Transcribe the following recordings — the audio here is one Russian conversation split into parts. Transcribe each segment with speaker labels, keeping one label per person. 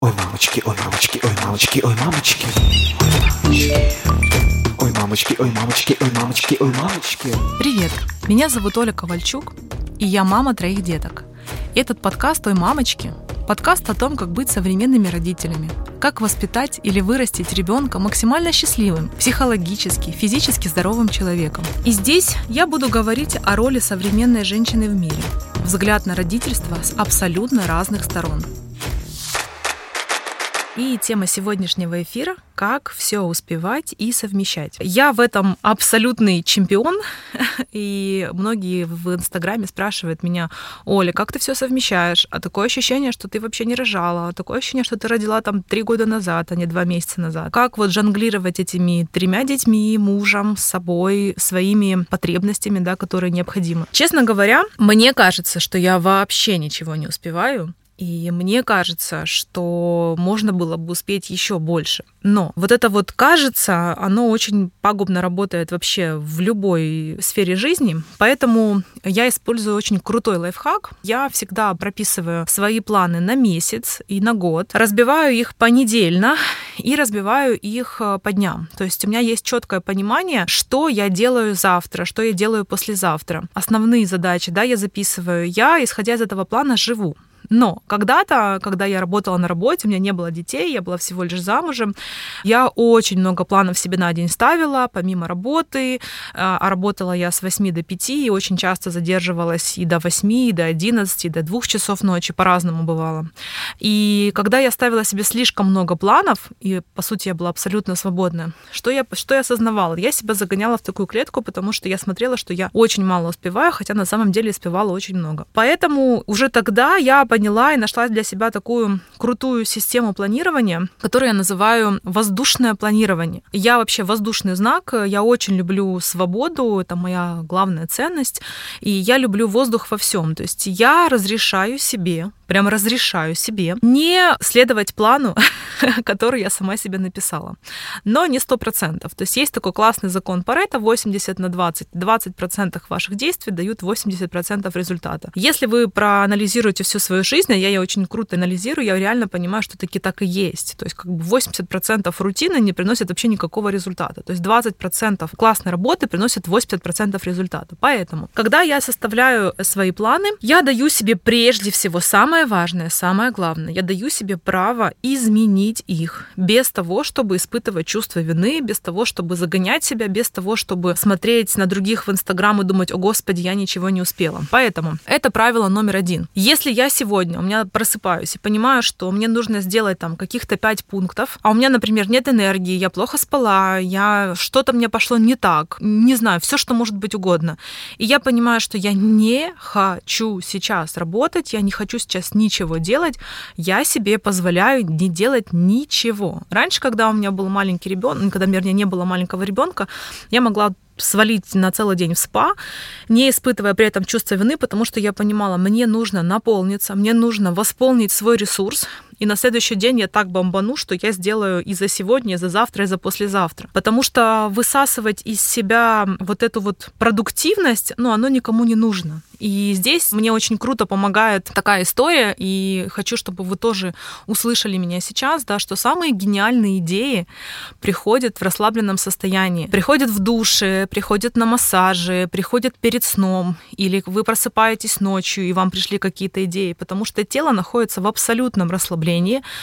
Speaker 1: Ой, мамочки, ой, мамочки, ой, мамочки, ой, мамочки. Ой, мамочки, ой, мамочки, ой, мамочки, ой, мамочки.
Speaker 2: Привет, меня зовут Оля Ковальчук, и я мама 3 деток. Этот подкаст «Ой, мамочки» — подкаст о том, как быть современными родителями, как воспитать или вырастить ребенка максимально счастливым, психологически, физически здоровым человеком. И здесь я буду говорить о роли современной женщины в мире, взгляд на родительство с абсолютно разных сторон. И тема сегодняшнего эфира — как все успевать и совмещать. Я в этом абсолютный чемпион, и многие в Инстаграме спрашивают меня: Оля, как ты все совмещаешь? А такое ощущение, что ты вообще не рожала, такое ощущение, что ты родила 3 года назад, а не 2 месяца назад. Как жонглировать этими 3 детьми, мужем, собой, своими потребностями, которые необходимы? Честно говоря, мне кажется, что я вообще ничего не успеваю. И мне кажется, что можно было бы успеть еще больше. Но это кажется, оно очень пагубно работает вообще в любой сфере жизни. Поэтому я использую очень крутой лайфхак. Я всегда прописываю свои планы на месяц и на год, разбиваю их понедельно и разбиваю их по дням. То есть у меня есть четкое понимание, что я делаю завтра, что я делаю послезавтра. Основные задачи, я записываю. Я, исходя из этого плана, живу. Но когда-то, когда я работала на работе, у меня не было детей, я была всего лишь замужем, я очень много планов себе на день ставила, помимо работы, а работала я с 8 до 5, и очень часто задерживалась и до 8, и до 11, и до 2 часов ночи, по-разному бывало. И когда я ставила себе слишком много планов, и, по сути, я была абсолютно свободна, что я осознавала? Я себя загоняла в такую клетку, потому что я смотрела, что я очень мало успеваю, хотя на самом деле успевала очень много. Поэтому уже тогда я поняла и нашла для себя такую крутую систему планирования, которую я называю воздушное планирование. Я вообще воздушный знак, я очень люблю свободу, это моя главная ценность, и я люблю воздух во всем. То есть я разрешаю себе не следовать плану, который я сама себе написала. Но не 100%. То есть есть такой классный закон Парето 80/20. 20% ваших действий дают 80% результата. Если вы проанализируете всю свою жизнь, а я ее очень круто анализирую, я реально понимаю, что таки так и есть. То есть 80% рутины не приносит вообще никакого результата. То есть 20% классной работы приносит 80% результата. Поэтому, когда я составляю свои планы, я даю себе прежде всего самое важное, самое главное, я даю себе право изменить их без того, чтобы испытывать чувство вины, без того, чтобы загонять себя, без того, чтобы смотреть на других в Инстаграм и думать: о господи, я ничего не успела. Поэтому это правило номер 1. Если я сегодня, у меня просыпаюсь и понимаю, что мне нужно сделать каких-то 5 пунктов, а у меня, например, нет энергии, я плохо спала, что-то мне пошло не так, не знаю, все, что может быть угодно. И я понимаю, что я не хочу сейчас работать, я не хочу сейчас ничего делать, я себе позволяю не делать ничего. Раньше, когда у меня был маленький ребенок, когда у меня не было маленького ребенка, я могла свалить на целый день в спа, не испытывая при этом чувства вины, потому что я понимала, мне нужно наполниться, мне нужно восполнить свой ресурс, и на следующий день я так бомбану, что я сделаю и за сегодня, и за завтра, и за послезавтра. Потому что высасывать из себя эту продуктивность, оно никому не нужно. И здесь мне очень круто помогает такая история, и хочу, чтобы вы тоже услышали меня сейчас, что самые гениальные идеи приходят в расслабленном состоянии. Приходят в душе, приходят на массаже, приходят перед сном, или вы просыпаетесь ночью, и вам пришли какие-то идеи, потому что тело находится в абсолютном расслаблении,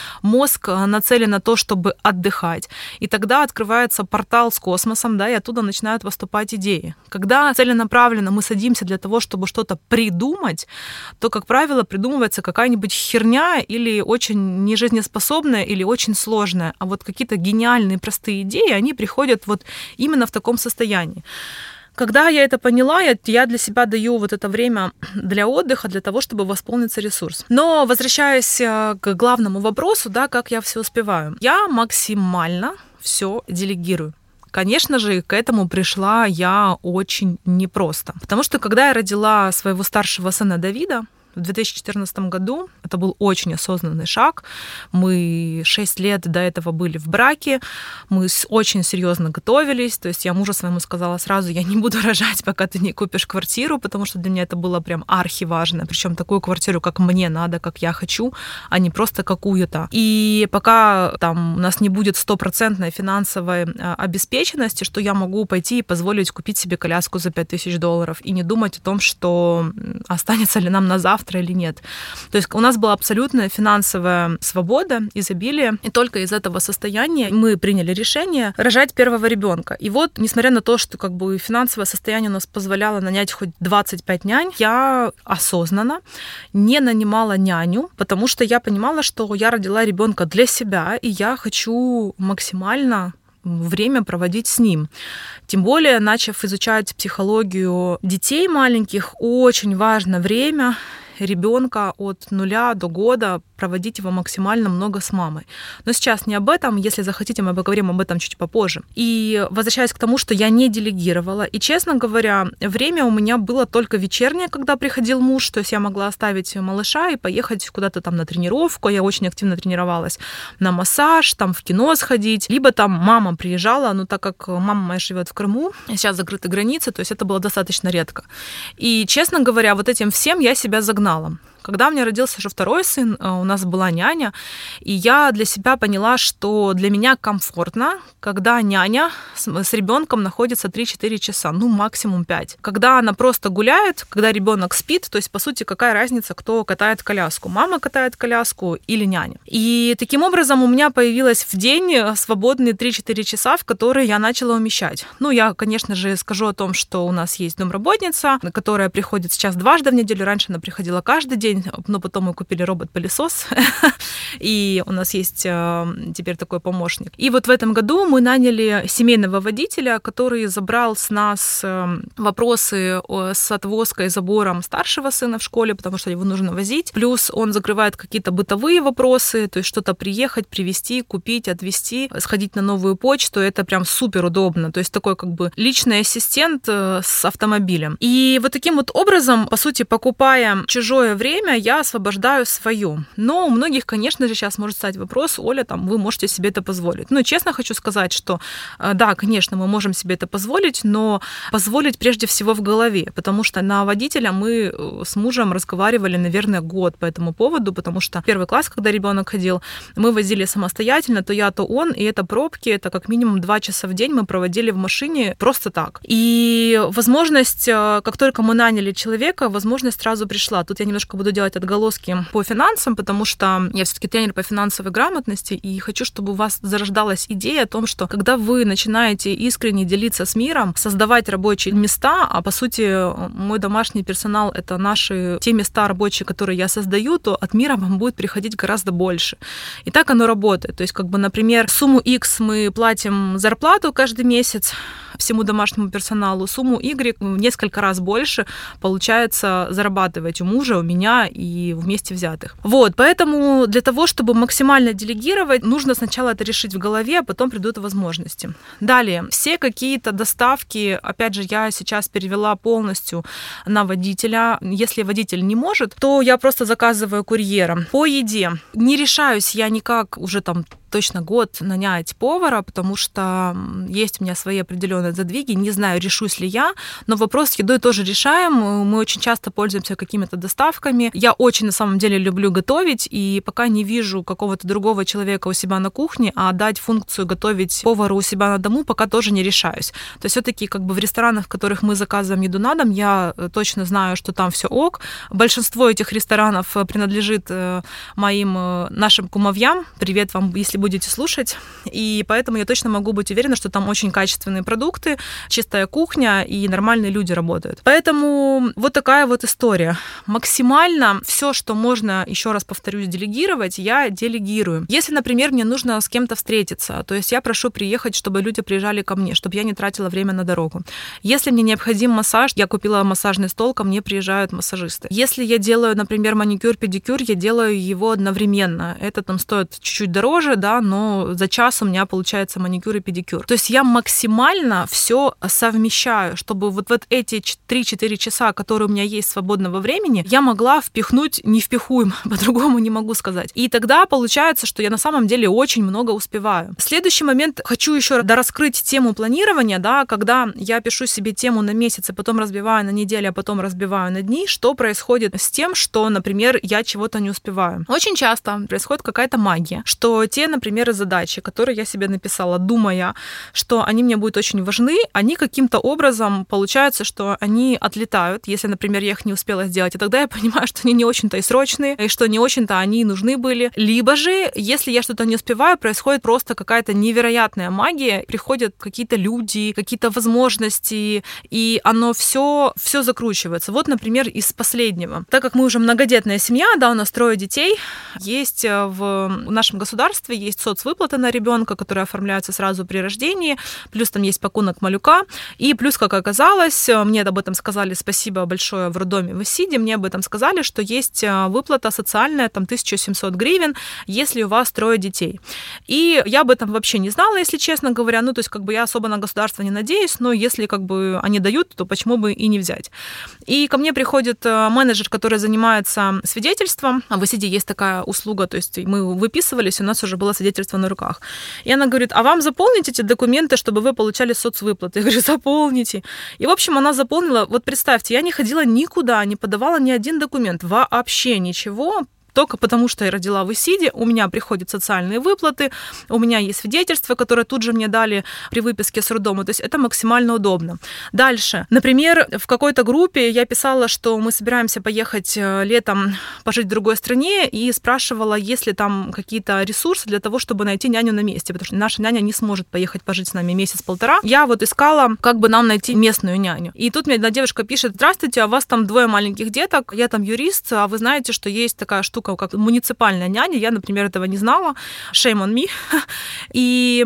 Speaker 2: мозг нацелен на то, чтобы отдыхать, и тогда открывается портал с космосом, и оттуда начинают поступать идеи. Когда целенаправленно мы садимся для того, чтобы что-то придумать, то, как правило, придумывается какая-нибудь херня или очень нежизнеспособная, или очень сложная. А какие-то гениальные простые идеи, они приходят именно в таком состоянии. Когда я это поняла, я для себя даю это время для отдыха, для того, чтобы восполниться ресурс. Но возвращаясь к главному вопросу, как я все успеваю. Я максимально все делегирую. Конечно же, к этому пришла я очень непросто. Потому что, когда я родила своего старшего сына Давида, в 2014 году. Это был очень осознанный шаг. Мы 6 лет до этого были в браке, мы очень серьезно готовились. То есть я мужу своему сказала сразу: я не буду рожать, пока ты не купишь квартиру, потому что для меня это было прям архиважно. Причем такую квартиру, как мне надо, как я хочу, а не просто какую-то. И пока там у нас не будет стопроцентной финансовой обеспеченности, что я могу пойти и позволить купить себе коляску за $5000 и не думать о том, что останется ли нам на завтра или нет. То есть у нас была абсолютная финансовая свобода, изобилие, и только из этого состояния мы приняли решение рожать первого ребенка. И вот, несмотря на то, что как бы финансовое состояние у нас позволяло нанять хоть 25 нянь, я осознанно не нанимала няню, потому что я понимала, что я родила ребенка для себя, и я хочу максимально время проводить с ним. Тем более, начав изучать психологию детей маленьких, очень важно время ребенка от 0 до года проводить его максимально много с мамой. Но сейчас не об этом. Если захотите, мы поговорим об этом чуть попозже. И возвращаясь к тому, что я не делегировала. И, честно говоря, время у меня было только вечернее, когда приходил муж. То есть я могла оставить малыша и поехать куда-то там на тренировку. Я очень активно тренировалась. На массаж, там в кино сходить. Либо там мама приезжала, но так как мама моя живет в Крыму, сейчас закрыты границы, то есть это было достаточно редко. И, честно говоря, вот этим всем я себя загнала. Когда у меня родился уже второй сын, у нас была няня, и я для себя поняла, что для меня комфортно, когда няня с ребенком находится 3-4 часа, ну максимум 5. Когда она просто гуляет, когда ребенок спит, то есть по сути какая разница, кто катает коляску, мама катает коляску или няня. И таким образом у меня появилось в день свободные 3-4 часа, в которые я начала умещать. Ну я, конечно же, скажу о том, что у нас есть домработница, которая приходит сейчас дважды в неделю, раньше она приходила каждый день, но потом мы купили робот-пылесос, и у нас есть теперь такой помощник. И вот в этом году мы наняли семейного водителя, который забрал с нас вопросы с отвозкой и забором старшего сына в школе, потому что его нужно возить. Плюс он закрывает какие-то бытовые вопросы, то есть что-то приехать, привезти, купить, отвезти, сходить на новую почту. Это прям супер удобно. То есть такой как бы личный ассистент с автомобилем. И вот таким вот образом, по сути, покупая чужое время, я освобождаю свое. Но у многих, конечно же, сейчас может стать вопрос: Оля, там, вы можете себе это позволить. Ну, честно хочу сказать, что да, конечно, мы можем себе это позволить, но позволить прежде всего в голове, потому что на водителя мы с мужем разговаривали, наверное, год по этому поводу, потому что первый класс, когда ребенок ходил, мы возили самостоятельно, то я, то он, и это пробки, это как минимум 2 часа в день мы проводили в машине просто так. И возможность, как только мы наняли человека, возможность сразу пришла. Тут я немножко буду делать отголоски по финансам, потому что я все-таки тренер по финансовой грамотности, и хочу, чтобы у вас зарождалась идея о том, что когда вы начинаете искренне делиться с миром, создавать рабочие места, а по сути мой домашний персонал — это наши те места рабочие, которые я создаю, то от мира вам будет приходить гораздо больше. И так оно работает. То есть, как бы, например, сумму X мы платим зарплату каждый месяц всему домашнему персоналу, сумму Y в несколько раз больше получается зарабатывать у мужа, у меня и вместе взятых. Вот, поэтому для того, чтобы максимально делегировать, нужно сначала это решить в голове, а потом придут возможности. Далее, все какие-то доставки, опять же, я сейчас перевела полностью на водителя. Если водитель не может, то я просто заказываю курьера. По еде не решаюсь я никак уже там точно год нанять повара, потому что есть у меня свои определенные задвиги. Не знаю, решусь ли я, но вопрос с едой тоже решаем. Мы очень часто пользуемся какими-то доставками. Я очень, на самом деле, люблю готовить, и пока не вижу какого-то другого человека у себя на кухне, а дать функцию готовить повару у себя на дому пока тоже не решаюсь. То есть все-таки как бы в ресторанах, в которых мы заказываем еду на дом, я точно знаю, что там все ок. Большинство этих ресторанов принадлежит нашим кумовьям. Привет вам, если будете слушать. И поэтому я точно могу быть уверена, что там очень качественные продукты, чистая кухня и нормальные люди работают. Поэтому вот такая вот история. Максимально все, что можно, еще раз повторюсь, делегировать, я делегирую. Если, например, мне нужно с кем-то встретиться, то есть я прошу приехать, чтобы люди приезжали ко мне, чтобы я не тратила время на дорогу. Если мне необходим массаж, я купила массажный стол, ко мне приезжают массажисты. Если я делаю, например, маникюр, педикюр, я делаю его одновременно. Это там стоит чуть-чуть дороже, да, да, но за час у меня получается маникюр и педикюр. То есть я максимально все совмещаю, чтобы вот эти 3-4 часа, которые у меня есть свободного времени, я могла впихнуть невпихуемо, по-другому не могу сказать. И тогда получается, что я на самом деле очень много успеваю. Следующий момент, хочу еще дораскрыть тему планирования, да, когда я пишу себе тему на месяц, а потом разбиваю на недели, а потом разбиваю на дни, что происходит с тем, что, например, я чего-то не успеваю. Очень часто происходит какая-то магия, что те, например, задачи, которые я себе написала, думая, что они мне будут очень важны, они каким-то образом получается, что они отлетают, если, например, я их не успела сделать, и тогда я понимаю, что они не очень-то и срочные, и что не очень-то они и нужны были. Либо же, если я что-то не успеваю, происходит просто какая-то невероятная магия, приходят какие-то люди, какие-то возможности, и оно все закручивается. Вот, например, из последнего. Так как мы уже многодетная семья, да, у нас 3 детей, есть в нашем государстве есть соцвыплаты на ребенка, которые оформляются сразу при рождении, плюс там есть пакунок малюка, и плюс, как оказалось, мне об этом сказали, спасибо большое, в роддоме в Исиде, мне об этом сказали, что есть выплата социальная, там 1700 гривен, если у вас 3 детей. И я об этом вообще не знала, если честно говоря, ну, то есть, как бы я особо на государство не надеюсь, но если, как бы, они дают, то почему бы и не взять. И ко мне приходит менеджер, который занимается свидетельством, а в Исиде есть такая услуга, то есть мы выписывались, у нас уже было свидетельство на руках. И она говорит, а вам заполнить эти документы, чтобы вы получали соцвыплаты? Я говорю, заполните. И, в общем, она заполнила, вот представьте, я не ходила никуда, не подавала ни один документ, вообще ничего, только потому, что я родила в Исиде, у меня приходят социальные выплаты, у меня есть свидетельство, которое тут же мне дали при выписке с роддома, то есть это максимально удобно. Дальше, например, в какой-то группе я писала, что мы собираемся поехать летом пожить в другой стране, и спрашивала, есть ли там какие-то ресурсы для того, чтобы найти няню на месте, потому что наша няня не сможет поехать пожить с нами месяц-полтора. Я вот искала, как бы нам найти местную няню. И тут мне одна девушка пишет, здравствуйте, а у вас там 2 маленьких деток, я там юрист, а вы знаете, что есть такая штука, как муниципальная няня. Я, например, этого не знала. Shame on me. И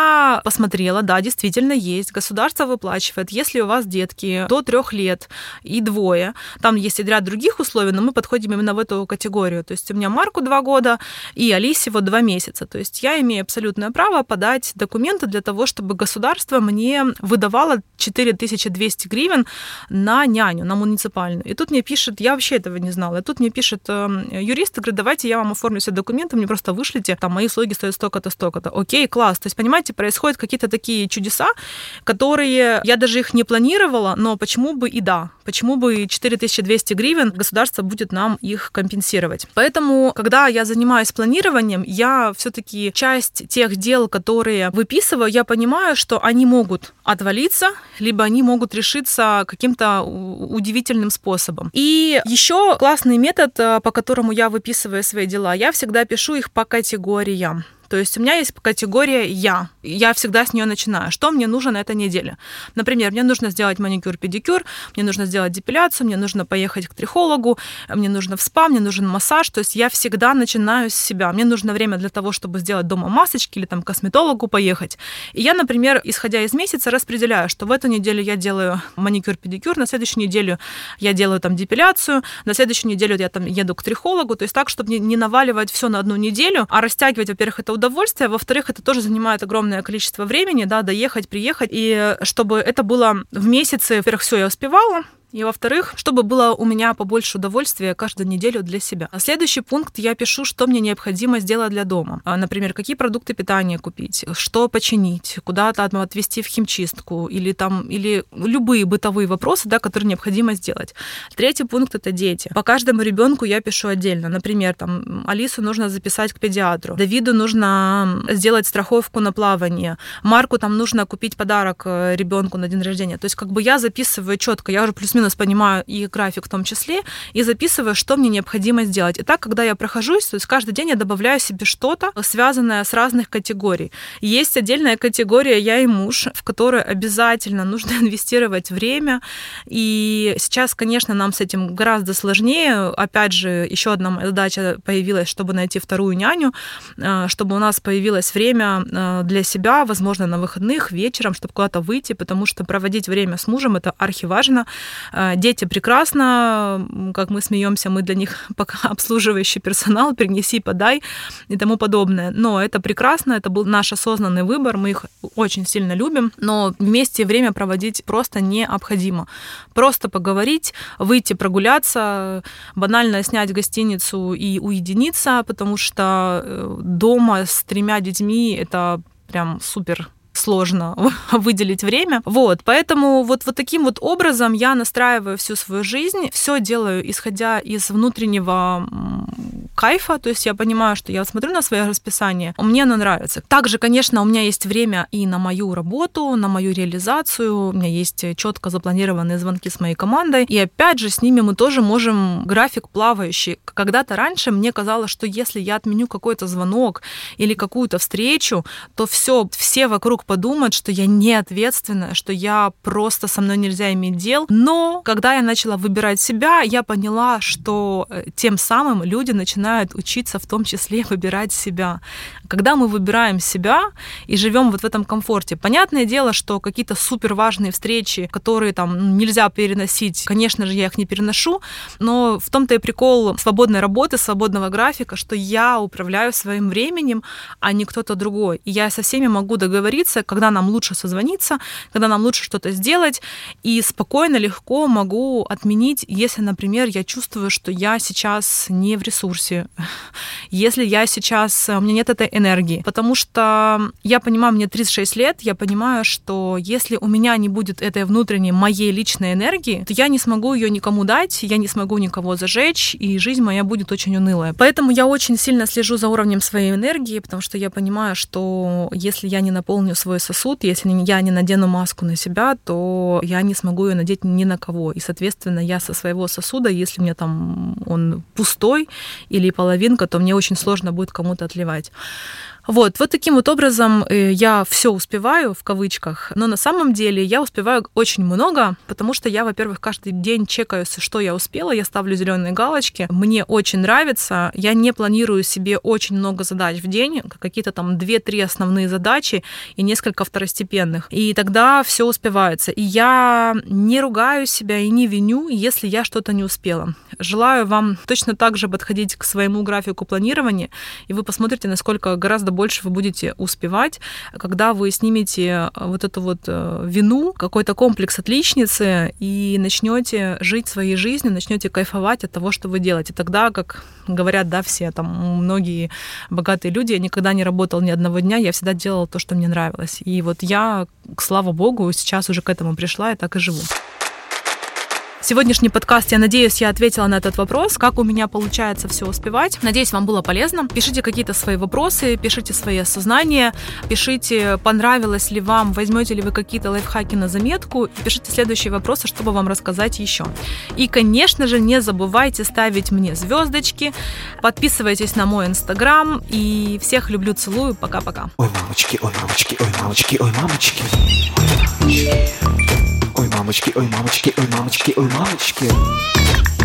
Speaker 2: я посмотрела, да, действительно есть. Государство выплачивает. Если у вас детки до 3 лет и 2, там есть и ряд других условий, но мы подходим именно в эту категорию. То есть у меня Марку 2 года и Алисе вот 2 месяца. То есть я имею абсолютное право подать документы для того, чтобы государство мне выдавало 4200 гривен на няню, на муниципальную. И тут мне пишет, я вообще этого не знала, и тут мне пишет юрист, говорит, давайте я вам оформлю все документы, мне просто вышлите, там мои услуги стоят столько-то, столько-то. Окей, класс. То есть, понимаете, происходят какие-то такие чудеса, которые я даже их не планировала, но почему бы и да, почему бы 4200 гривен государство будет нам их компенсировать. Поэтому, когда я занимаюсь планированием, я все-таки часть тех дел, которые выписываю, я понимаю, что они могут отвалиться, либо они могут решиться каким-то удивительным способом. И еще классный метод, по которому я выписываю свои дела, я всегда пишу их по категориям. То есть у меня есть категория «я». Всегда с нее начинаю. Что мне нужно на этой неделе? Например, мне нужно сделать маникюр-педикюр, мне нужно сделать депиляцию, мне нужно поехать к трихологу, мне нужно в спа, мне нужен массаж. То есть я всегда начинаю с себя. Мне нужно время для того, чтобы сделать дома масочки или там к косметологу поехать. И я, например, исходя из месяца, распределяю, что в эту неделю я делаю маникюр-педикюр, на следующую неделю я делаю там депиляцию, на следующую неделю я там еду к трихологу. То есть так, чтобы не наваливать все на одну неделю, а растягивать, во-первых, это удовольствие, во-вторых, это тоже занимает огромное количество времени, да, доехать, приехать, и чтобы это было в месяце, во-первых, все я успевала, и, во-вторых, чтобы было у меня побольше удовольствия каждую неделю для себя. Следующий пункт я пишу, что мне необходимо сделать для дома. Например, какие продукты питания купить, что починить, куда-то отвезти в химчистку или любые бытовые вопросы, да, которые необходимо сделать. Третий пункт — это дети. По каждому ребенку я пишу отдельно. Например, там Алису нужно записать к педиатру, Давиду нужно сделать страховку на плавание, Марку там нужно купить подарок ребенку на день рождения. То есть как бы я записываю четко, я уже плюс-минус понимаю и график в том числе, и записываю, что мне необходимо сделать. И так, когда я прохожусь, то есть каждый день я добавляю себе что-то, связанное с разных категорий. Есть отдельная категория «я и муж», в которой обязательно нужно инвестировать время. И сейчас, конечно, нам с этим гораздо сложнее. Опять же, еще одна моя задача появилась, чтобы найти 2 няню, чтобы у нас появилось время для себя, возможно, на выходных, вечером, чтобы куда-то выйти, потому что проводить время с мужем — это архиважно. Дети прекрасно, как мы смеемся, мы для них пока обслуживающий персонал, принеси, подай и тому подобное. Но это прекрасно, это был наш осознанный выбор, мы их очень сильно любим, но вместе время проводить просто необходимо. Просто поговорить, выйти прогуляться, банально снять гостиницу и уединиться, потому что дома с 3 детьми это прям супер сложно выделить время. Поэтому вот таким вот образом я настраиваю всю свою жизнь, все делаю, исходя из внутреннего кайфа, то есть я понимаю, что я смотрю на свое расписание, мне оно нравится. Также, конечно, у меня есть время и на мою работу, на мою реализацию, у меня есть четко запланированные звонки с моей командой, и опять же с ними мы тоже можем график плавающий. Когда-то раньше мне казалось, что если я отменю какой-то звонок или какую-то встречу, то все вокруг подумают, что я не ответственная, что я просто со мной нельзя иметь дел. Но когда я начала выбирать себя, я поняла, что тем самым люди начинают учиться в том числе выбирать себя. Когда мы выбираем себя и живем вот в этом комфорте, понятное дело, что какие-то супер важные встречи, которые там нельзя переносить, конечно же, я их не переношу, но в том-то и прикол свободной работы, свободного графика, что я управляю своим временем, а не кто-то другой. И я со всеми могу договориться, когда нам лучше созвониться, когда нам лучше что-то сделать, и спокойно, легко могу отменить, если, например, я чувствую, что я сейчас не в ресурсе, если у меня нет этой энергии. Потому что я понимаю, мне 36 лет, я понимаю, что если у меня не будет этой внутренней моей личной энергии, то я не смогу ее никому дать, я не смогу никого зажечь, и жизнь моя будет очень унылая. Поэтому я очень сильно слежу за уровнем своей энергии, потому что я понимаю, что если я не наполню свой сосуд, если я не надену маску на себя, то я не смогу ее надеть ни на кого. И, соответственно, я со своего сосуда, если у меня там он пустой или половинка, то мне очень сложно будет кому-то отливать. Вот таким вот образом я все успеваю, в кавычках, но на самом деле я успеваю очень много, потому что я, во-первых, каждый день чекаю, что я успела, я ставлю зеленые галочки, мне очень нравится, я не планирую себе очень много задач в день, какие-то там 2-3 основные задачи и несколько второстепенных, и тогда все успевается. И я не ругаю себя и не виню, если я что-то не успела. Желаю вам точно так же подходить к своему графику планирования, и вы посмотрите, насколько гораздо больше вы будете успевать, когда вы снимете вот эту вот вину, какой-то комплекс отличницы и начнете жить своей жизнью, начнете кайфовать от того, что вы делаете. Тогда, как говорят, все там многие богатые люди, я никогда не работала ни одного дня, я всегда делала то, что мне нравилось. И вот я, слава богу, сейчас уже к этому пришла и так и живу. Сегодняшний подкаст, я надеюсь, я ответила на этот вопрос, как у меня получается все успевать. Надеюсь, вам было полезно. Пишите какие-то свои вопросы, пишите свои осознания, пишите, понравилось ли вам, возьмете ли вы какие-то лайфхаки на заметку, пишите следующие вопросы, чтобы вам рассказать еще. И, конечно же, не забывайте ставить мне звездочки, подписывайтесь на мой Инстаграм, и всех люблю, целую, пока-пока.
Speaker 1: Ой, мамочки, ой, мамочки, ой, мамочки, ой, мамочки. Ой, мамочки, ой, мамочки, ой, мамочки, ой, мамочки.